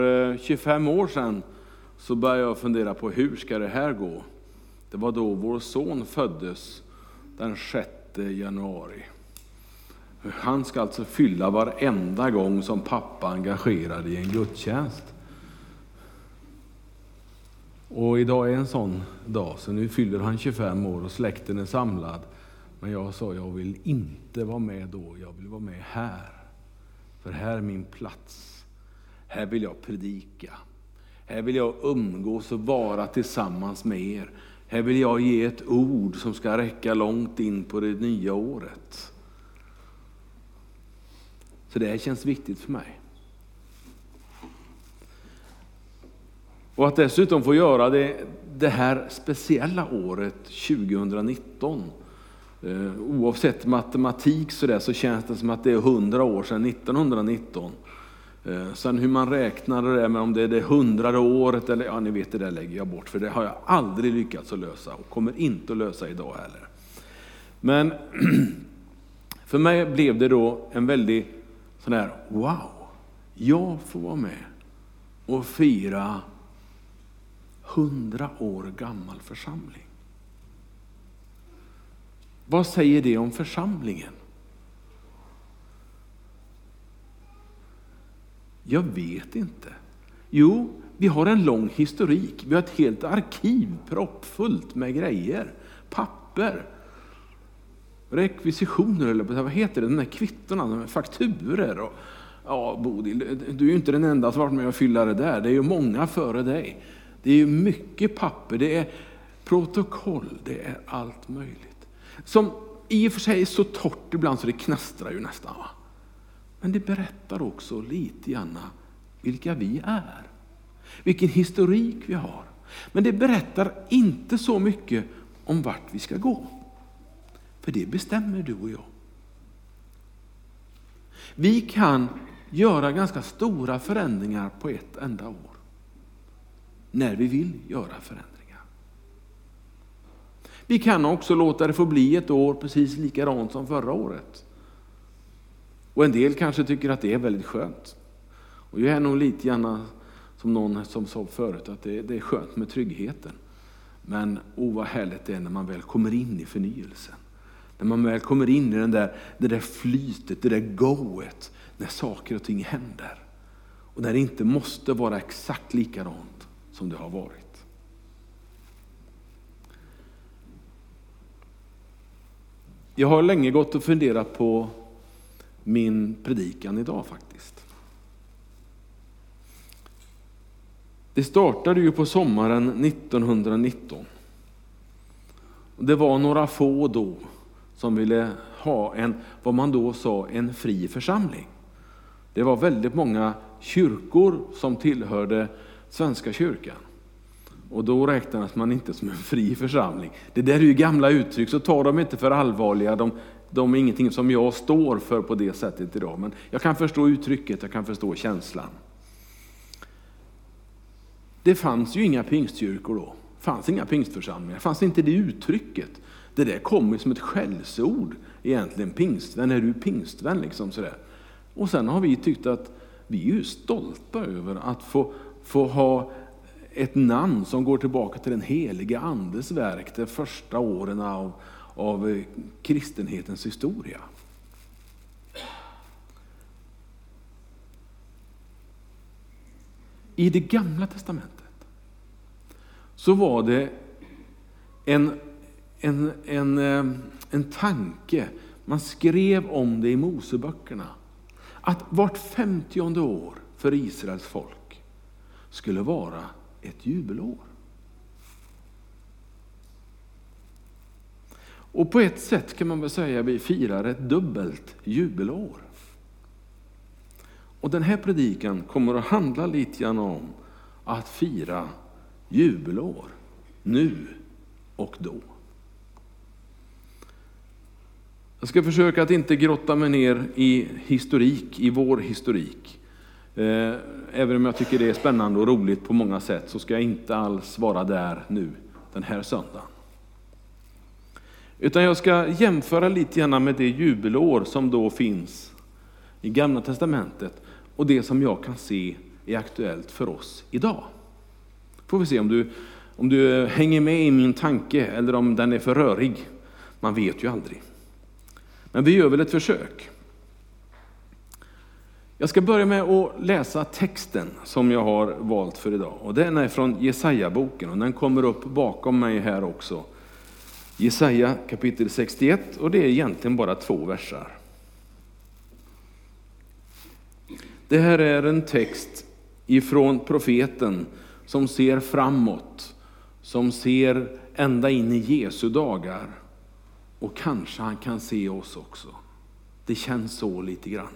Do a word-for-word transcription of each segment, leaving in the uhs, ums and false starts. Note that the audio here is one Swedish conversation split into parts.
För tjugofem år sedan så började jag fundera på hur ska det här gå. Det var då vår son föddes den sjätte januari. Han ska alltså fylla varenda gång som pappa engagerade i en gudstjänst. Och idag är en sån dag, så nu fyller han tjugofem år och släkten är samlad. Men jag sa, jag vill inte vara med då, jag vill vara med här. För här är min plats. Här vill jag predika. Här vill jag umgås och vara tillsammans med er. Här vill jag ge ett ord som ska räcka långt in på det nya året. Så det här känns viktigt för mig. Och att dessutom få göra det, det här speciella året tjugonitton. Eh, oavsett matematik så, där, så känns det som att det är hundra år sedan nittonhundranitton. Eh, sen hur man räknar det där med om det är det hundrade året eller ja, ni vet, det där lägger jag bort, för det har jag aldrig lyckats att lösa och kommer inte att lösa idag heller. Men för mig blev det då en väldigt sån här, wow, jag får vara med och fira hundra år gammal församling. Vad säger det om församlingen? Jag vet inte. Jo, vi har en lång historik. Vi har ett helt arkiv proppfullt med grejer. Papper. Rekvisitioner, eller vad heter det? De där kvittorna, de fakturer. Och, ja, Bodil, du är ju inte den enda som varit med och fylla det där. Det är ju många före dig. Det är ju mycket papper. Det är protokoll. Det är allt möjligt. Som i och för sig är så torrt ibland så det knastrar ju nästan. Va? Men det berättar också lite grann vilka vi är. Vilken historik vi har. Men det berättar inte så mycket om vart vi ska gå. För det bestämmer du och jag. Vi kan göra ganska stora förändringar på ett enda år. När vi vill göra förändringar. Vi kan också låta det få bli ett år precis likadant som förra året. Och en del kanske tycker att det är väldigt skönt. Och jag är nog lite gärna som någon som sa förut att det, det är skönt med tryggheten. Men oh, vad härligt det är när man väl kommer in i förnyelsen. När man väl kommer in i den där, det där flytet, det där goet. När saker och ting händer. Och när det inte måste vara exakt likadant som det har varit. Jag har länge gått och funderat på min predikan idag faktiskt. Det startade ju på sommaren nittonhundranitton. Det var några få då som ville ha en, vad man då sa, en fri församling. Det var väldigt många kyrkor som tillhörde Svenska kyrkan. Och då räknades man inte som en fri församling. Det där är ju gamla uttryck, så tar de inte för allvarliga. De, de är ingenting som jag står för på det sättet idag. Men jag kan förstå uttrycket, jag kan förstå känslan. Det fanns ju inga pingstkyrkor då. Det fanns inga pingstförsamlingar. Det fanns inte det uttrycket. Det där kommer som ett skällsord egentligen. Pingstvän, är du pingstvän liksom sådär. Och sen har vi tyckt att vi är ju stolta över att få, få ha ett namn som går tillbaka till den heliga andes verk, de första åren av, av kristenhetens historia. I det gamla testamentet så var det en, en, en, en tanke, man skrev om det i Moseböckerna, att vart femtionde år för Israels folk skulle vara ett jubelår. Och på ett sätt kan man väl säga att vi firar ett dubbelt jubelår. Och den här predikan kommer att handla lite grann om att fira jubelår nu och då. Jag ska försöka att inte grotta mig ner i historik, i vår historik. Även om jag tycker det är spännande och roligt på många sätt, så ska jag inte alls vara där nu den här söndagen. Utan jag ska jämföra lite grann med det jubelår som då finns i Gamla testamentet och det som jag kan se är aktuellt för oss idag. Får vi se om du, om du hänger med i min tanke eller om den är för rörig. Man vet ju aldrig. Men vi gör väl ett försök. Jag ska börja med att läsa texten som jag har valt för idag. Och den är från Jesaja-boken och den kommer upp bakom mig här också. Jesaja kapitel sextioett, och det är egentligen bara två versar. Det här är en text ifrån profeten som ser framåt, som ser ända in i Jesu dagar. Och kanske han kan se oss också. Det känns så lite grann.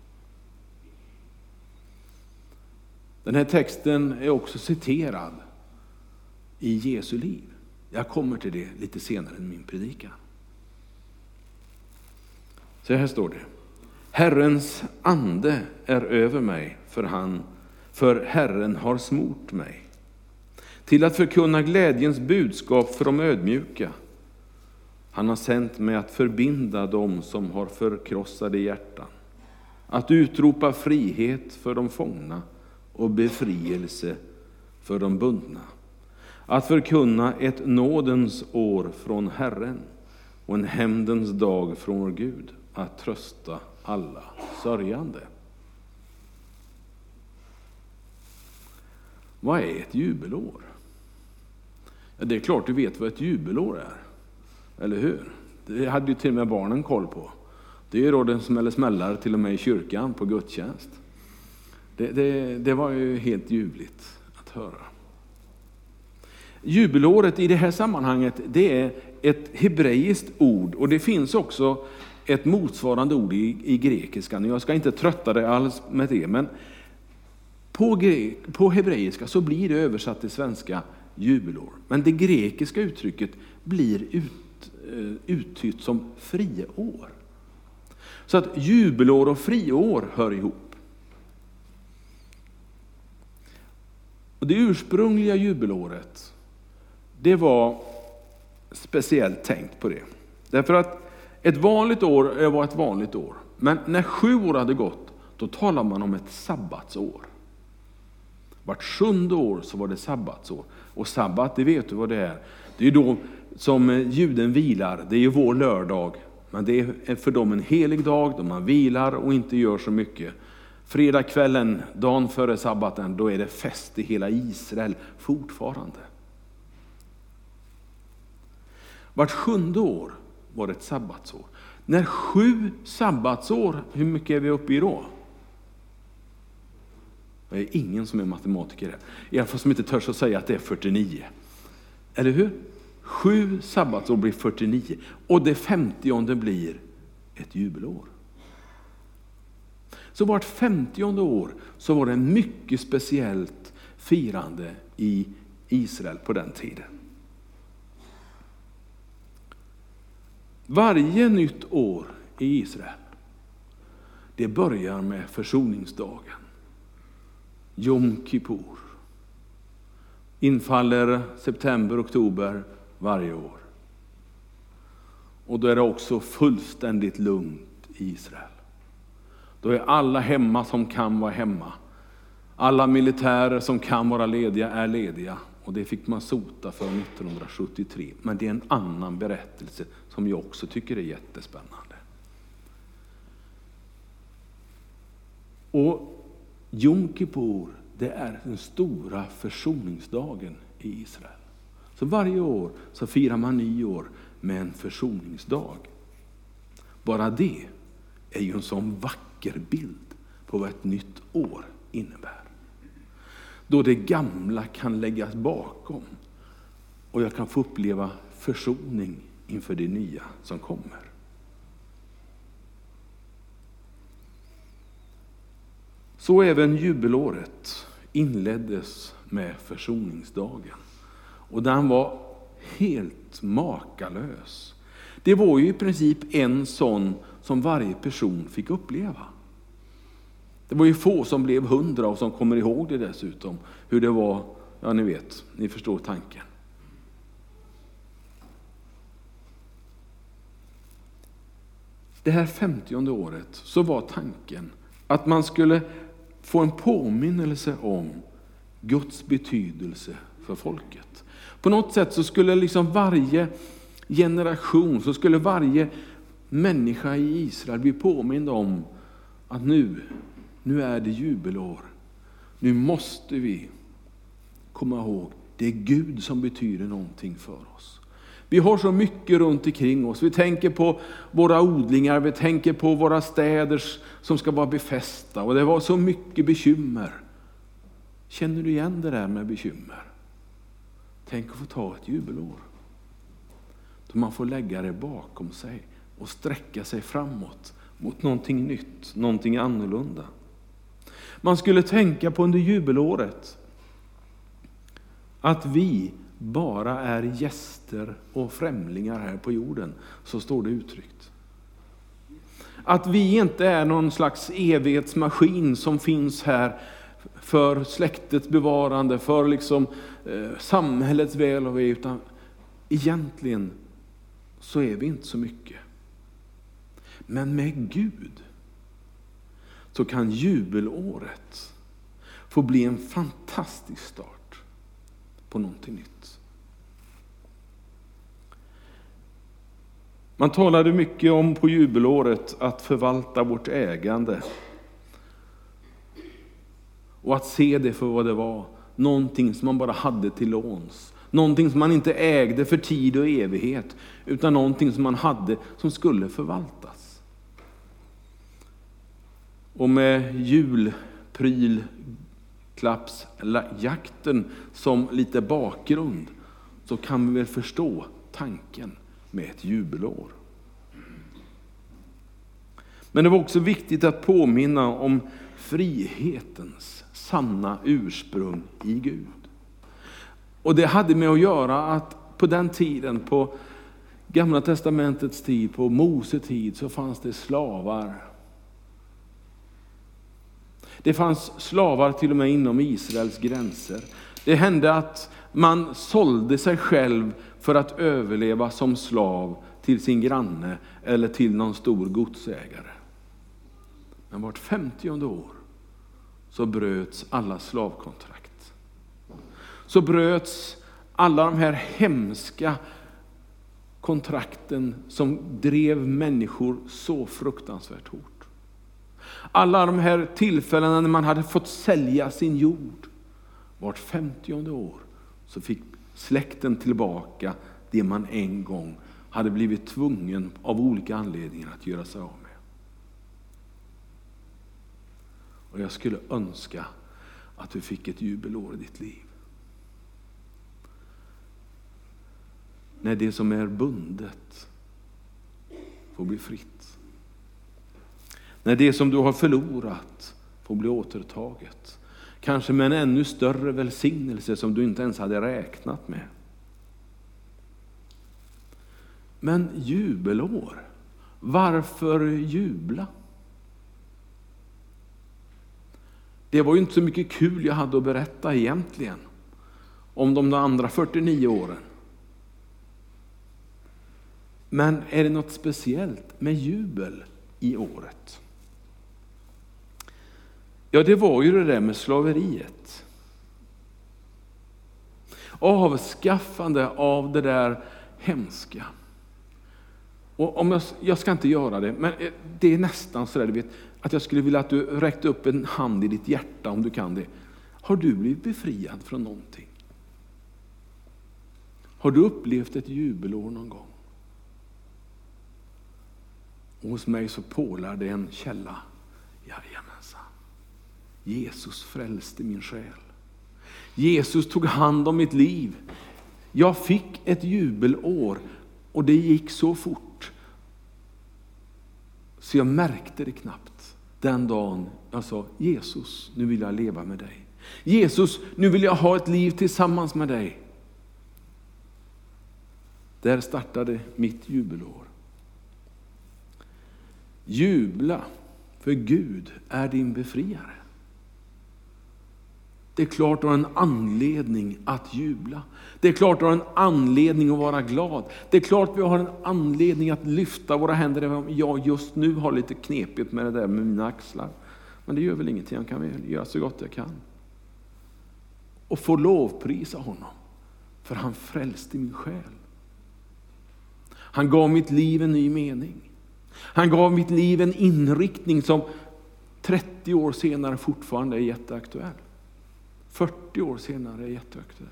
Den här texten är också citerad i Jesu liv. Jag kommer till det lite senare i min predikan. Så här står det. Herrens ande är över mig, för han, för Herren har smort mig. Till att förkunna glädjens budskap för de ödmjuka. Han har sänt mig att förbinda dem som har förkrossade hjärtan. Att utropa frihet för de fångna och befrielse för de bundna. Att förkunna ett nådens år från Herren och en hämndens dag från vår Gud. Att trösta alla sörjande. Vad är ett jubelår? Ja, det är klart du vet vad ett jubelår är. Eller hur? Det hade ju till och med barnen koll på. Det är ju då den smäller smällar till och med i kyrkan på gudstjänst. Det, det, det var ju helt ljuvligt att höra. Jubelåret i det här sammanhanget, det är ett hebreiskt ord. Och det finns också ett motsvarande ord i, i grekiskan. Jag ska inte trötta dig alls med det. Men på, gre, på hebreiska så blir det översatt till svenska jubelår. Men det grekiska uttrycket blir ut, uttytt som friår. Så att jubelår och friår hör ihop. Och det ursprungliga jubelåret, det var speciellt tänkt på det. Därför att ett vanligt år var ett vanligt år. Men när sju år hade gått, då talar man om ett sabbatsår. Vart sjunde år så var det sabbatsår. Och sabbat, det vet du vad det är. Det är då som juden vilar. Det är ju vår lördag. Men det är för dem en helig dag då man vilar och inte gör så mycket. Fredagskvällen, dagen före sabbaten, då är det fest i hela Israel fortfarande. Vart sjunde år var det ett sabbatsår. När sju sabbatsår, hur mycket är vi uppe i då? Det är ingen som är matematiker här. I alla fall som inte törs att säga att det är fyrtionio. Eller hur? Sju sabbatsår blir fyrtionio. Och det femtionde blir ett jubelår. Så vart femtionde år så var det en mycket speciellt firande i Israel på den tiden. Varje nytt år i Israel, det börjar med försoningsdagen. Jom Kippur. Infaller september, oktober varje år. Och då är det också fullständigt lugnt i Israel. Då är alla hemma som kan vara hemma. Alla militärer som kan vara lediga är lediga. Och det fick man sota för nittonhundrasjuttiotre. Men det är en annan berättelse som jag också tycker är jättespännande. Och Jom Kippur, det är den stora försoningsdagen i Israel. Så varje år så firar man nyår med en försoningsdag. Bara det är ju en sån vacker bild på vad ett nytt år innebär. Då det gamla kan läggas bakom och jag kan få uppleva försoning inför det nya som kommer. Så även jubelåret inleddes med försoningsdagen. Och den var helt makalös. Det var ju i princip en sån som varje person fick uppleva. Det var ju få som blev hundra och som kommer ihåg det dessutom. Hur det var, ja ni vet, ni förstår tanken. Det här femtionde året så var tanken att man skulle få en påminnelse om Guds betydelse för folket. På något sätt så skulle liksom varje generation, så skulle varje människa i Israel bli påmind om att nu, nu är det jubelår. Nu måste vi komma ihåg, det är Gud som betyder någonting för oss. Vi har så mycket runt omkring oss. Vi tänker på våra odlingar, vi tänker på våra städer som ska vara befästa. Och det var så mycket bekymmer. Känner du igen det där med bekymmer? Tänk att få ta ett jubelår. Då man får lägga det bakom sig och sträcka sig framåt mot någonting nytt, någonting annorlunda. Man skulle tänka på under jubelåret att vi bara är gäster och främlingar här på jorden, så står det uttryckt. Att vi inte är någon slags evighetsmaskin som finns här för släktets bevarande, för liksom eh, samhällets väl och ve, utan egentligen så är vi inte så mycket. Men med Gud så kan jubelåret få bli en fantastisk start på någonting nytt. Man talade mycket om på jubelåret att förvalta vårt ägande. Och att se det för vad det var. Någonting som man bara hade till låns. Någonting som man inte ägde för tid och evighet. Utan någonting som man hade som skulle förvaltas. Och med julprylklappsjakten som lite bakgrund så kan vi väl förstå tanken med ett jubelår. Men det var också viktigt att påminna om frihetens sanna ursprung i Gud. Och det hade med att göra att på den tiden, på Gamla testamentets tid, på Mose tid, så fanns det slavar. Det fanns slavar till och med inom Israels gränser. Det hände att man sålde sig själv för att överleva som slav till sin granne eller till någon stor godsägare. Men vart femtionde år så bröts alla slavkontrakt. Så bröts alla de här hemska kontrakten som drev människor så fruktansvärt hårt. Alla de här tillfällena när man hade fått sälja sin jord. Vart femtionde år så fick släkten tillbaka det man en gång hade blivit tvungen av olika anledningar att göra sig av med. Och jag skulle önska att du fick ett jubelår i ditt liv. När det som är bundet får bli fritt. När det som du har förlorat får bli återtaget. Kanske med en ännu större välsignelse som du inte ens hade räknat med. Men jubelår, varför jubla? Det var ju inte så mycket kul jag hade att berätta egentligen om de andra fyrtionio åren. Men är det något speciellt med jubel i året? Ja, det var ju det där med slaveriet. Avskaffande av det där hemska. Och om jag, jag ska inte göra det, men det är nästan så där, du vet, att jag skulle vilja att du räckte upp en hand i ditt hjärta om du kan det. Har du blivit befriad från någonting? Har du upplevt ett jubelår någon gång? Och hos mig så pålar det en källa. Jajamensan. Jesus frälste min själ. Jesus tog hand om mitt liv. Jag fick ett jubelår och det gick så fort. Så jag märkte det knappt den dagen jag sa: Jesus, nu vill jag leva med dig. Jesus, nu vill jag ha ett liv tillsammans med dig. Där startade mitt jubelår. Jubla, för Gud är din befriare. Det är klart du har en anledning att jubla. Det är klart du har en anledning att vara glad. Det är klart vi har en anledning att lyfta våra händer. Jag just nu har lite knepigt med det där med mina axlar. Men det gör väl ingenting, jag kan väl göra så gott jag kan. Och få lovprisa honom. För han frälste min själ. Han gav mitt liv en ny mening. Han gav mitt liv en inriktning som trettio år senare fortfarande är jätteaktuell. fyrtio år senare är jätteaktuell.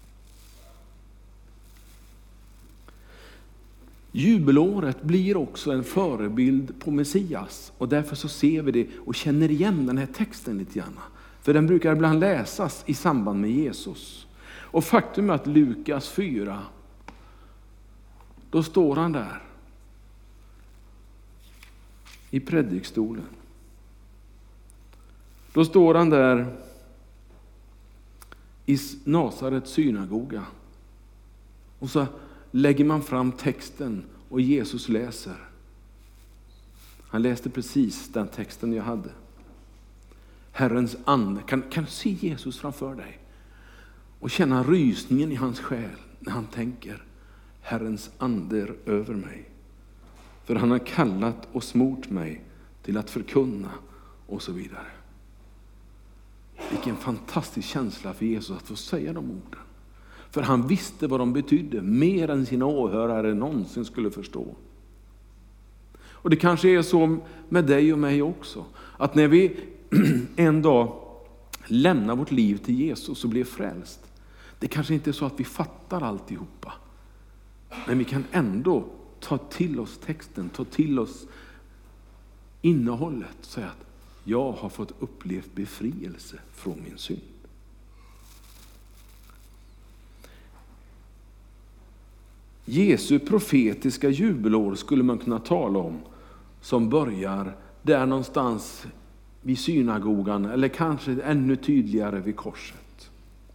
Jubelåret blir också en förebild på Messias. Och därför så ser vi det och känner igen den här texten lite grann. För den brukar ibland läsas i samband med Jesus. Och faktum är att Lukas fyra, då står han där i predikstolen. Då står han där i Nasarets synagoga. Och så lägger man fram texten och Jesus läser. Han läste precis den texten jag hade. Herrens ande. Kan, kan du se Jesus framför dig? Och känna rysningen i hans själ när han tänker: Herrens ande är över mig. För han har kallat och smort mig till att förkunna och så vidare. Vilken fantastisk känsla för Jesus att få säga de orden. För han visste vad de betydde mer än sina åhörare någonsin skulle förstå. Och det kanske är så med dig och mig också. Att när vi en dag lämnar vårt liv till Jesus och blir frälst. Det kanske inte är så att vi fattar alltihopa. Men vi kan ändå ta till oss texten, ta till oss innehållet. Säga att jag har fått upplevt befrielse från min synd. Jesu profetiska jubelår skulle man kunna tala om, som börjar där någonstans vid synagogan eller kanske ännu tydligare vid korset.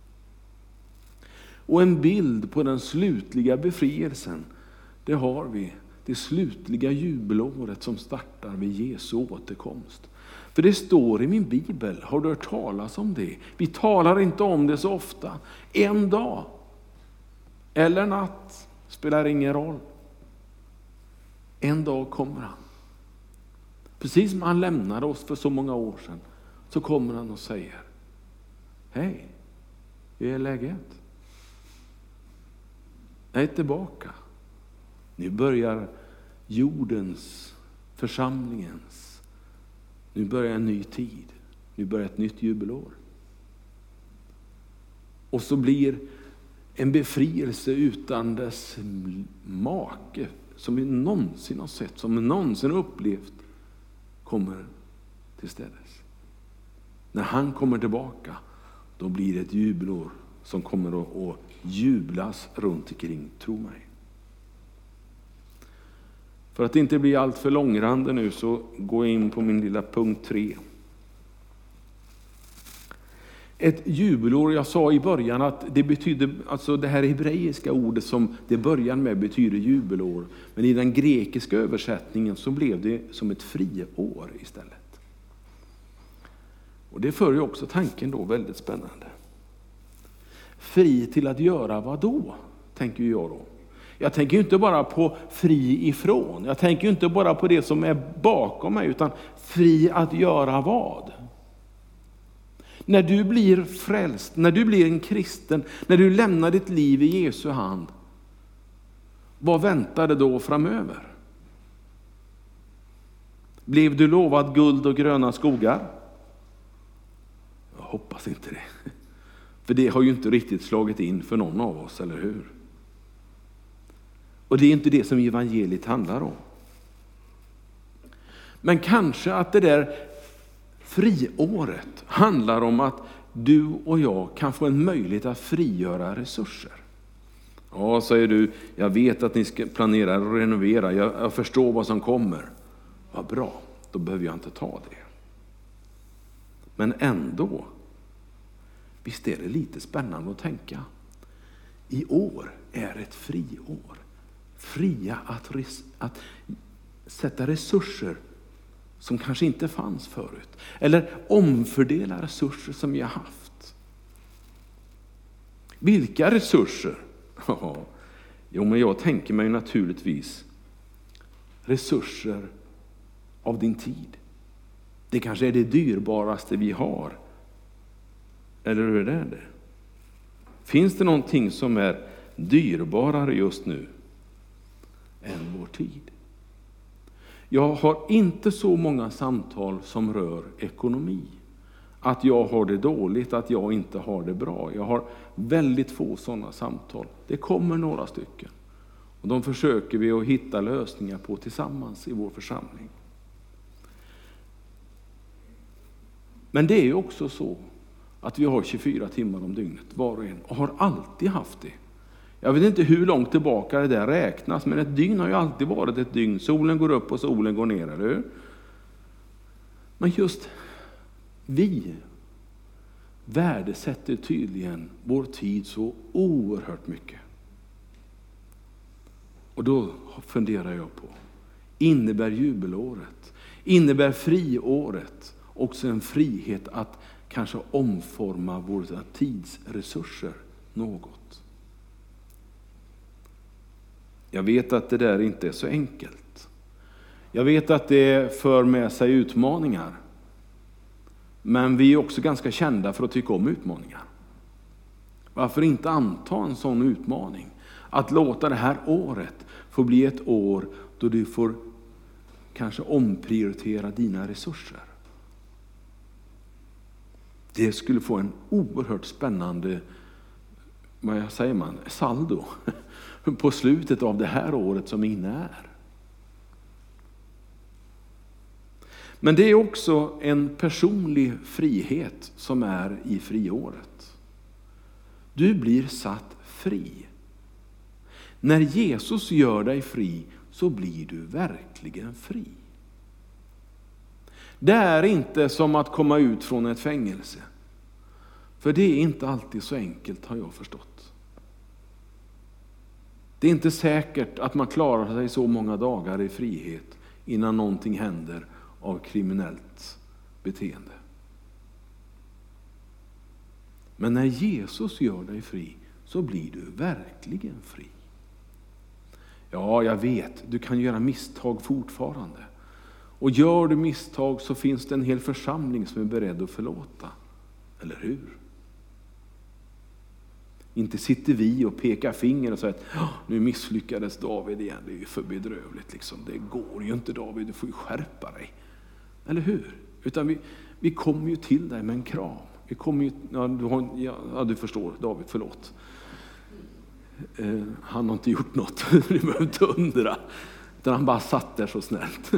Och en bild på den slutliga befrielsen, det har vi, det slutliga jubelåret som startar vid Jesu återkomst. För det står i min bibel, har du hört talas om det? Vi talar inte om det så ofta. En dag eller natt spelar ingen roll. En dag kommer han. Precis som han lämnade oss för så många år sedan, så kommer han och säger: hej, hur är läget? Jag är tillbaka. Nu börjar jordens, församlingens, nu börjar en ny tid. Nu börjar ett nytt jubelår. Och så blir en befrielse utan dess make, som vi någonsin har sett, som vi någonsin har upplevt, kommer till ställes. När han kommer tillbaka, då blir det ett jubelår som kommer att, att jublas runt omkring, tro mig. För att inte bli allt för långrandig nu, så går jag in på min lilla punkt tre. Ett jubelår, jag sa i början att det betyder, alltså det här hebreiska ordet som det börjar med betyder jubelår. Men i den grekiska översättningen så blev det som ett friår istället. Och det för ju också tanken då väldigt spännande. Fri till att göra vad då, tänker jag då. Jag tänker ju inte bara på fri ifrån. Jag tänker ju inte bara på det som är bakom mig, utan fri att göra vad? När du blir frälst, när du blir en kristen, när du lämnar ditt liv i Jesu hand, vad väntar det då framöver? Blev du lovad guld och gröna skogar? Jag hoppas inte det. För det har ju inte riktigt slagit in för någon av oss, eller hur? Och det är inte det som evangeliet handlar om. Men kanske att det där friåret handlar om att du och jag kan få en möjlighet att frigöra resurser. Ja, säger du, jag vet att ni ska planera och renovera, jag, jag förstår vad som kommer. Vad bra, då behöver jag inte ta det. Men ändå, visst är det lite spännande att tänka. I år är ett friår. Fria att, res, att sätta resurser som kanske inte fanns förut. Eller omfördela resurser som vi har haft. Vilka resurser? Ja, jo, men jag tänker mig naturligtvis resurser av din tid. Det kanske är det dyrbaraste vi har. Eller hur är det? Finns det någonting som är dyrbarare just nu än vår tid? Jag har inte så många samtal som rör ekonomi. Att jag har det dåligt, att jag inte har det bra. Jag har väldigt få sådana samtal. Det kommer några stycken. Och de försöker vi att hitta lösningar på tillsammans i vår församling. Men det är ju också så att vi har tjugofyra timmar om dygnet var och en och har alltid haft det. Jag vet inte hur långt tillbaka det där räknas, men ett dygn har ju alltid varit ett dygn. Solen går upp och solen går ner, eller hur? Men just vi värdesätter tydligen vår tid så oerhört mycket. Och då funderar jag på, innebär jubelåret, innebär friåret också en frihet att kanske omforma våra tidsresurser något? Jag vet att det där inte är så enkelt. Jag vet att det för med sig utmaningar. Men vi är också ganska kända för att tycka om utmaningar. Varför inte anta en sån utmaning? Att låta det här året få bli ett år då du får kanske omprioritera dina resurser. Det skulle få en oerhört spännande, vad säger man, saldo på slutet av det här året som inne är. Men det är också en personlig frihet som är i friåret. Du blir satt fri. När Jesus gör dig fri så blir du verkligen fri. Det är inte som att komma ut från ett fängelse. För det är inte alltid så enkelt, har jag förstått. Det är inte säkert att man klarar sig så många dagar i frihet innan någonting händer av kriminellt beteende. Men när Jesus gör dig fri så blir du verkligen fri. Ja, jag vet, du kan göra misstag fortfarande. Och gör du misstag så finns det en hel församling som är beredd att förlåta. Eller hur? Inte sitter vi och pekar finger och säger att nu misslyckades David igen. Det är ju för bedrövligt liksom. Det går ju inte, David, du får ju skärpa dig. Eller hur? Utan vi, vi kommer ju till dig med en kram. Vi kommer ju, ja, du, har, ja, du förstår, David, förlåt. Eh, han har inte gjort något. Du behöver inte undra. Utan han bara satt där så snällt.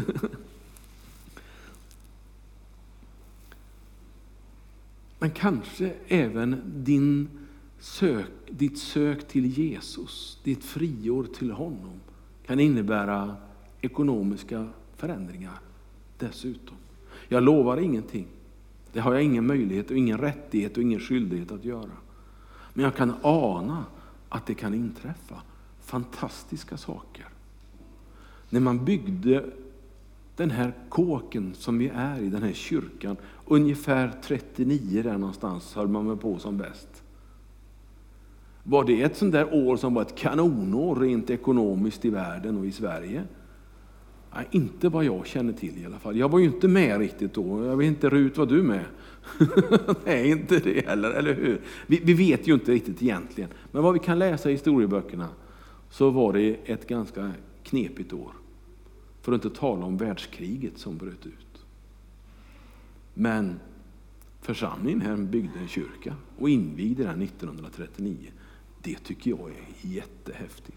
Men kanske även din sök, ditt sök till Jesus, ditt friår till honom kan innebära ekonomiska förändringar dessutom. Jag lovar ingenting. Det har jag ingen möjlighet och ingen rättighet och ingen skyldighet att göra. Men jag kan ana att det kan inträffa fantastiska saker. När man byggde den här kåken som vi är i, den här kyrkan, ungefär trettionio där någonstans höll man med på som bäst. Var det ett sånt där år som var ett kanonår rent ekonomiskt i världen och i Sverige? Nej, inte vad jag känner till i alla fall. Jag var ju inte med riktigt då. Jag vet inte, Rut, var du med? Nej, inte det heller, eller hur? Vi, vi vet ju inte riktigt egentligen. Men vad vi kan läsa i historieböckerna så var det ett ganska knepigt år. För att inte tala om världskriget som bröt ut. Men församlingen här byggde en kyrka och invigde den nittonhundratrettionio. Det tycker jag är jättehäftigt.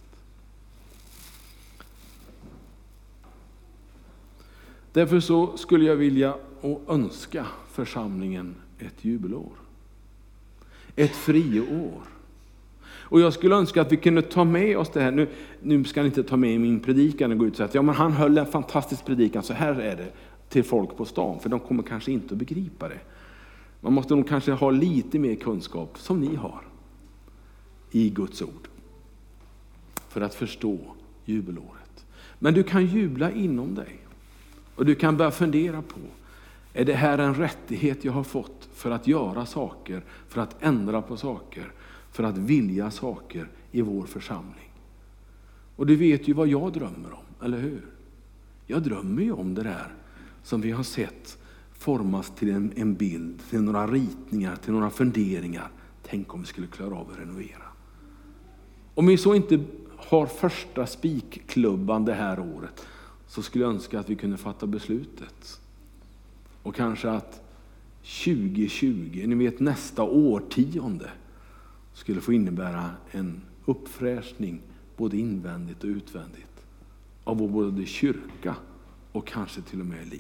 Därför så skulle jag vilja och önska församlingen ett jubelår. Ett friår. Och jag skulle önska att vi kunde ta med oss det här. Nu, nu ska ni inte ta med min predikan och gå ut och säga att ja, men han höll en fantastisk predikan, så här är det till folk på stan. För de kommer kanske inte att begripa det. Man måste nog kanske ha lite mer kunskap, som ni har, i Guds ord. För att förstå jubelåret. Men du kan jubla inom dig. Och du kan börja fundera på, är det här en rättighet jag har fått för att göra saker, för att ändra på saker, för att vilja saker i vår församling? Och du vet ju vad jag drömmer om, eller hur? Jag drömmer ju om det där som vi har sett formas till en, en bild, till några ritningar, till några funderingar. Tänk om vi skulle klara av att renovera. Om vi så inte har första spikklubban det här året, så skulle jag önska att vi kunde fatta beslutet. Och kanske att tjugo tjugo, ni vet nästa årtionde, skulle få innebära en uppfräschning både invändigt och utvändigt av vår både kyrka och kanske till och med liv.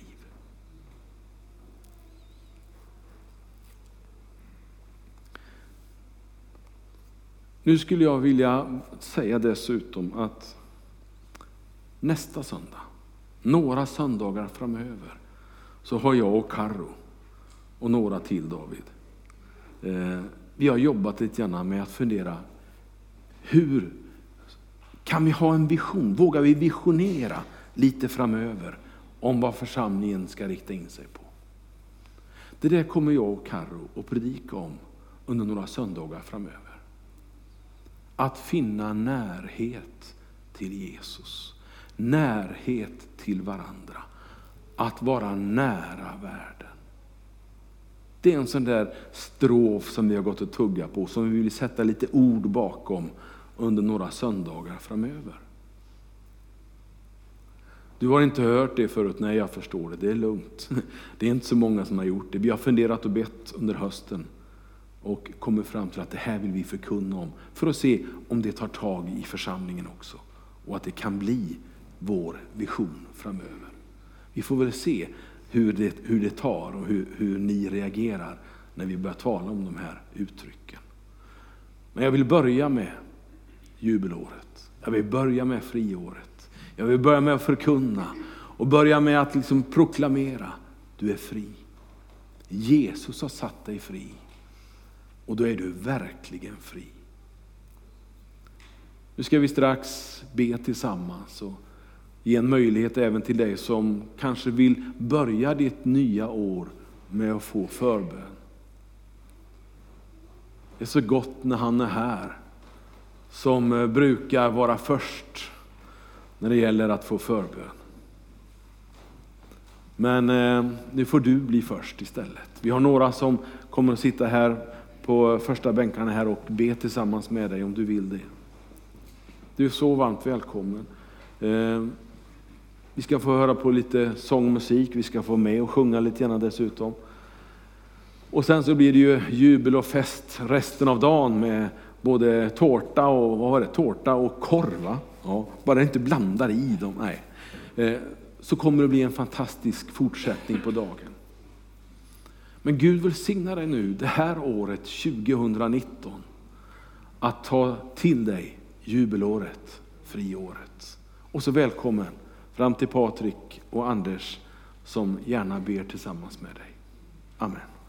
Nu skulle jag vilja säga dessutom att nästa söndag, några söndagar framöver, så har jag och Karo och några till, David, eh, vi har jobbat lite grann med att fundera, hur kan vi ha en vision? Vågar vi visionera lite framöver om vad församlingen ska rikta in sig på? Det där kommer jag och Karo att predika om under några söndagar framöver. Att finna närhet till Jesus. Närhet till varandra. Att vara nära världen. Det är en sån där strof som vi har gått och tugga på, som vi vill sätta lite ord bakom under några söndagar framöver. Du har inte hört det förut? Nej, jag förstår det. Det är lugnt. Det är inte så många som har gjort det. Vi har funderat och bett under hösten och kommer fram till att det här vill vi förkunna om, för att se om det tar tag i församlingen också, och att det kan bli vår vision framöver. Vi får väl se hur det, hur det tar och hur, hur ni reagerar när vi börjar tala om de här uttrycken. Men jag vill börja med jubelåret. Jag vill börja med friåret. Jag vill börja med att förkunna och börja med att liksom proklamera: du är fri. Jesus har satt dig fri. Och då är du verkligen fri. Nu ska vi strax be tillsammans och ge en möjlighet även till dig som kanske vill börja ditt nya år med att få förbön. Det är så gott när han är här, som brukar vara först när det gäller att få förbön. Men eh, nu får du bli först istället. Vi har några som kommer att sitta här på första bänkarna här och be tillsammans med dig om du vill det. Du är så varmt välkommen. Eh, vi ska få höra på lite sångmusik. Vi ska få med och sjunga lite grann dessutom. Och sen så blir det ju jubel och fest resten av dagen med både tårta och vad var det? Tårta och korva. Ja, bara inte blandar i dem. Nej. Eh, så kommer det bli en fantastisk fortsättning på dagen. Men Gud välsigna dig nu det här året tjugonitton att ta till dig jubelåret, friåret. Och så välkommen fram till Patrik och Anders som gärna ber tillsammans med dig. Amen.